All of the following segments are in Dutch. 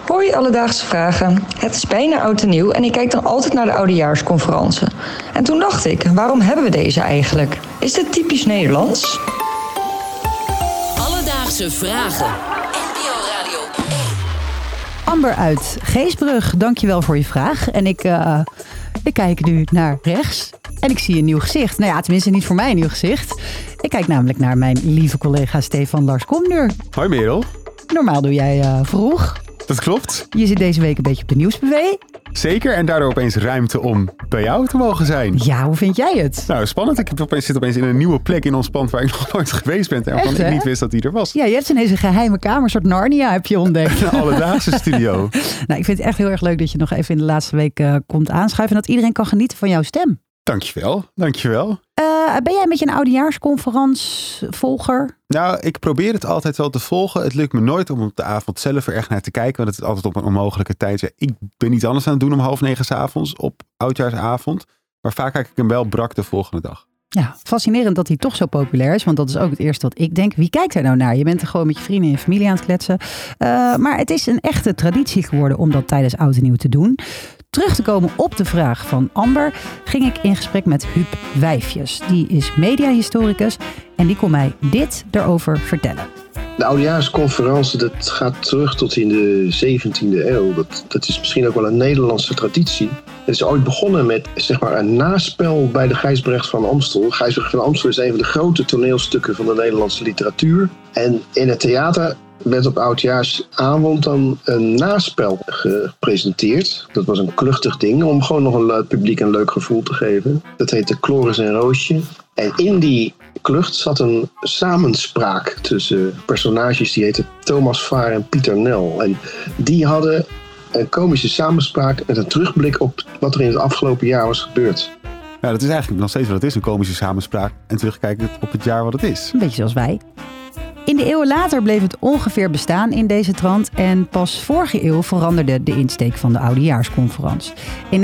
Hoi Alledaagse Vragen. Het is bijna oud en nieuw en ik kijk dan altijd naar de oudejaarsconferentie. En toen dacht ik, waarom hebben we deze eigenlijk? Is dit typisch Nederlands? Alledaagse Vragen. NPO Radio 1. Amber uit Geesbrug, dankjewel voor je vraag. En ik kijk nu naar rechts en ik zie een nieuw gezicht. Nou ja, tenminste niet voor mij een nieuw gezicht. Ik kijk namelijk naar mijn lieve collega Stefan Lars Komnuur. Hoi Merel. Normaal doe jij vroeg. Dat klopt. Je zit deze week een beetje op de nieuwsbv. Zeker, en daardoor opeens ruimte om bij jou te mogen zijn. Ja, hoe vind jij het? Nou, spannend. Ik zit opeens in een nieuwe plek in ons pand waar ik nog nooit geweest ben. En waarvan ik niet wist dat die er was. Ja, je hebt ineens een geheime kamer, een soort Narnia heb je ontdekt. Een alledaagse studio. Nou, ik vind het echt heel erg leuk dat je nog even in de laatste week komt aanschuiven. En dat iedereen kan genieten van jouw stem. Dankjewel. Ben jij een beetje een oudejaarsconferentie-volger? Nou, ik probeer het altijd wel te volgen. Het lukt me nooit om op de avond zelf er echt naar te kijken. Want het is altijd op een onmogelijke tijd. Ja, ik ben niet anders aan het doen om 8:30 s'avonds op oudjaarsavond. Maar vaak kijk ik hem wel brak de volgende dag. Ja, fascinerend dat hij toch zo populair is. Want dat is ook het eerste wat ik denk. Wie kijkt er nou naar? Je bent er gewoon met je vrienden en je familie aan het kletsen. Maar het is een echte traditie geworden om dat tijdens Oud en Nieuw te doen. Terug te komen op de vraag van Amber, ging ik in gesprek met Huub Wijfjes. Die is mediahistoricus en die kon mij dit erover vertellen. De oudejaarsconferentie, dat gaat terug tot in de 17e eeuw. Dat is misschien ook wel een Nederlandse traditie. Het is ooit begonnen met een naspel bij de Gijsbrecht van Amstel. Gijsbrecht van Amstel is een van de grote toneelstukken van de Nederlandse literatuur. En in het theater werd op oudjaarsavond dan een naspel gepresenteerd. Dat was een kluchtig ding om gewoon nog het publiek een leuk gevoel te geven. Dat heette Chloris en Roosje. En in die klucht zat een samenspraak tussen personages die heten Thomas Vaar en Pieter Nel. En die hadden een komische samenspraak met een terugblik op wat er in het afgelopen jaar was gebeurd. Ja, dat is eigenlijk nog steeds wat het is, een komische samenspraak. En terugkijken op het jaar wat het is. Een beetje zoals wij. In de eeuwen later bleef het ongeveer bestaan in deze trant en pas vorige eeuw veranderde de insteek van de oudejaarsconferentie. In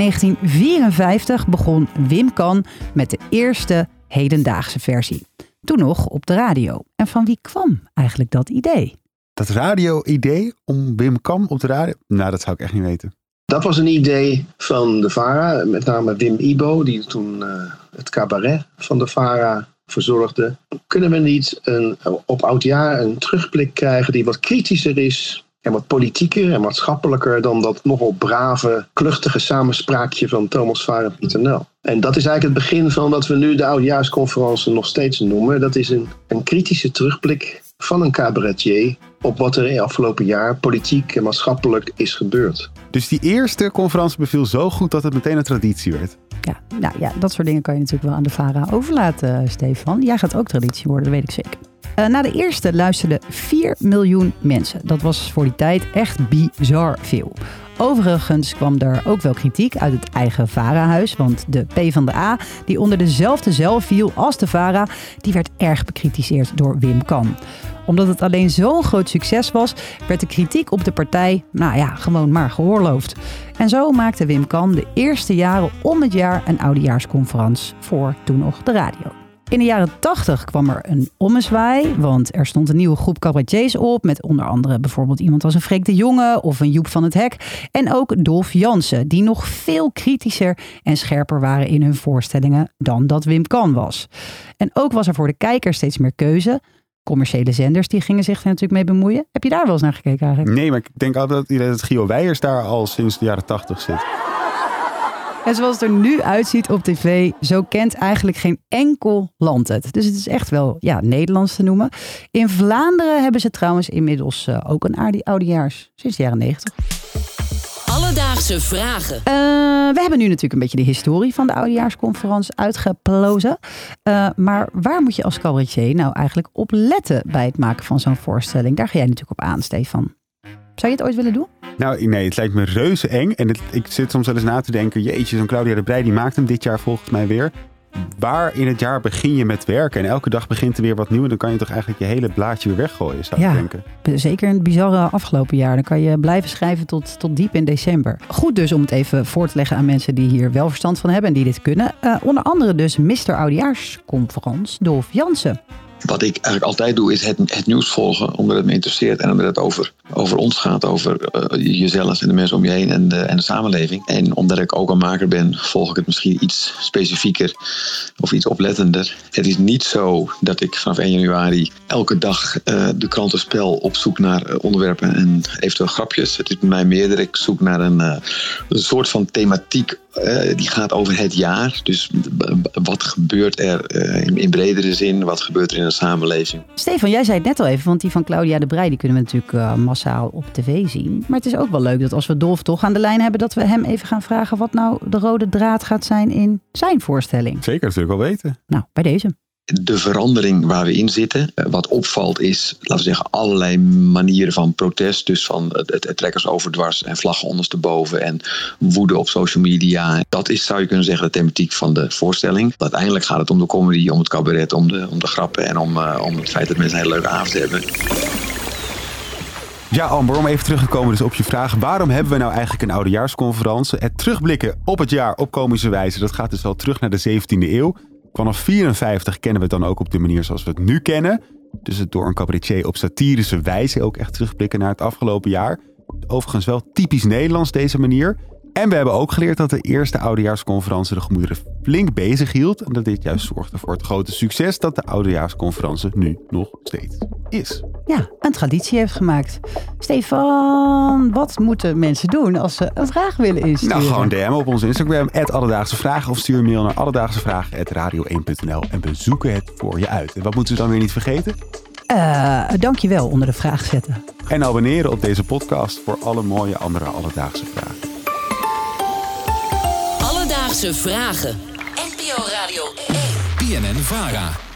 1954 begon Wim Kan met de eerste hedendaagse versie. Toen nog op de radio. En van wie kwam eigenlijk dat idee? Dat radio-idee om Wim Kan op de radio? Nou, dat zou ik echt niet weten. Dat was een idee van de VARA, met name Wim Ibo, die toen het cabaret van de VARA verzorgde. Kunnen we niet op oudjaar een terugblik krijgen die wat kritischer is en wat politieker en maatschappelijker dan dat nogal brave, kluchtige samenspraakje van Thomas Vaar en Pieter Nel. En dat is eigenlijk het begin van wat we nu de oudejaarsconferentie nog steeds noemen. Dat is een kritische terugblik van een cabaretier op wat er in het afgelopen jaar politiek en maatschappelijk is gebeurd. Dus die eerste conferentie beviel zo goed dat het meteen een traditie werd? Ja, nou ja, dat soort dingen kan je natuurlijk wel aan de VARA overlaten, Stefan. Jij gaat ook traditie worden, dat weet ik zeker. Na de eerste luisterden 4 miljoen mensen. Dat was voor die tijd echt bizar veel. Overigens kwam er ook wel kritiek uit het eigen VARA-huis. Want de PvdA, die onder dezelfde zeil viel als de VARA, die werd erg bekritiseerd door Wim Kan. Omdat het alleen zo'n groot succes was, werd de kritiek op de partij, gewoon maar geoorloofd. En zo maakte Wim Kan de eerste jaren om het jaar een oudejaarsconferentie voor toen nog de radio. In de jaren 80 kwam er een ommezwaai, want er stond een nieuwe groep cabaretiers op, met onder andere bijvoorbeeld iemand als een Freek de Jonge of een Joep van het Hek. En ook Dolf Jansen, die nog veel kritischer en scherper waren in hun voorstellingen dan dat Wim Kan was. En ook was er voor de kijker steeds meer keuze. Commerciële zenders die gingen zich er natuurlijk mee bemoeien. Heb je daar wel eens naar gekeken eigenlijk? Nee, maar ik denk altijd dat Gio Weijers daar al sinds de jaren 80 zit. En zoals het er nu uitziet op tv, zo kent eigenlijk geen enkel land het. Dus het is echt wel Nederlands te noemen. In Vlaanderen hebben ze trouwens inmiddels ook een oudejaars, sinds de jaren 90. Alledaagse Vragen. We hebben nu natuurlijk een beetje de historie van de oudejaarsconferentie uitgeplozen. Maar waar moet je als cabaretier nou eigenlijk op letten bij het maken van zo'n voorstelling? Daar ga jij natuurlijk op aan, Stefan. Zou je het ooit willen doen? Nou, nee, het lijkt me reuze eng. En ik zit soms wel eens na te denken, jeetje, zo'n Claudia de Breij, die maakt hem dit jaar volgens mij weer. Waar in het jaar begin je met werken? En elke dag begint er weer wat nieuw. En dan kan je toch eigenlijk je hele blaadje weer weggooien, zou ik denken. Zeker in het bizarre afgelopen jaar. Dan kan je blijven schrijven tot diep in december. Goed dus om het even voor te leggen aan mensen die hier wel verstand van hebben en die dit kunnen. Onder andere dus Mr. Oudejaarsconferentie, Dolf Jansen. Wat ik eigenlijk altijd doe, is het nieuws volgen, omdat het me interesseert en omdat het over ons gaat, over jezelf en de mensen om je heen en de samenleving. En omdat ik ook een maker ben, volg ik het misschien iets specifieker of iets oplettender. Het is niet zo dat ik vanaf 1 januari elke dag de krantenspel op zoek naar onderwerpen en eventueel grapjes. Het is bij mij meerder. Ik zoek naar een soort van thematiek die gaat over het jaar. Dus wat gebeurt er in bredere zin? Wat gebeurt er in de samenleving? Stefan, jij zei het net al even, want die van Claudia de Breij die kunnen we natuurlijk massaal op tv zien. Maar het is ook wel leuk dat als we Dolf toch aan de lijn hebben, dat we hem even gaan vragen wat nou de rode draad gaat zijn in zijn voorstelling. Zeker, dat wil ik wel weten. Nou, bij deze. De verandering waar we in zitten, wat opvalt is, laten we zeggen, allerlei manieren van protest. Dus van het trekkers overdwars en vlaggen ondersteboven en woede op social media. Dat is, zou je kunnen zeggen, de thematiek van de voorstelling. Uiteindelijk gaat het om de comedy, om het cabaret, om de grappen en om het feit dat mensen een hele leuke avond hebben. Ja, Amber, om even terug te komen dus op je vraag. Waarom hebben we nou eigenlijk een oudejaarsconferentie? Het terugblikken op het jaar op komische wijze, dat gaat dus al terug naar de 17e eeuw. Vanaf 54 kennen we het dan ook op de manier zoals we het nu kennen. Dus het door een cabaretier op satirische wijze ook echt terugblikken naar het afgelopen jaar. Overigens wel typisch Nederlands deze manier. En we hebben ook geleerd dat de eerste oudejaarsconferentie de gemoederen flink bezig hield. En dat dit juist zorgde voor het grote succes dat de oudejaarsconferentie nu nog steeds is. Ja, een traditie heeft gemaakt. Stefan, wat moeten mensen doen als ze een vraag willen insturen? Nou, gewoon DM op onze Instagram, @alledaagsevragen. Of stuur een mail naar alledaagsevragen@radio1.nl en we zoeken het voor je uit. En wat moeten we dan weer niet vergeten? Dankjewel onder de vraag zetten. En abonneren op deze podcast voor alle mooie andere alledaagse vragen. Alledaagse vragen. NPO Radio 1. BNN-VARA.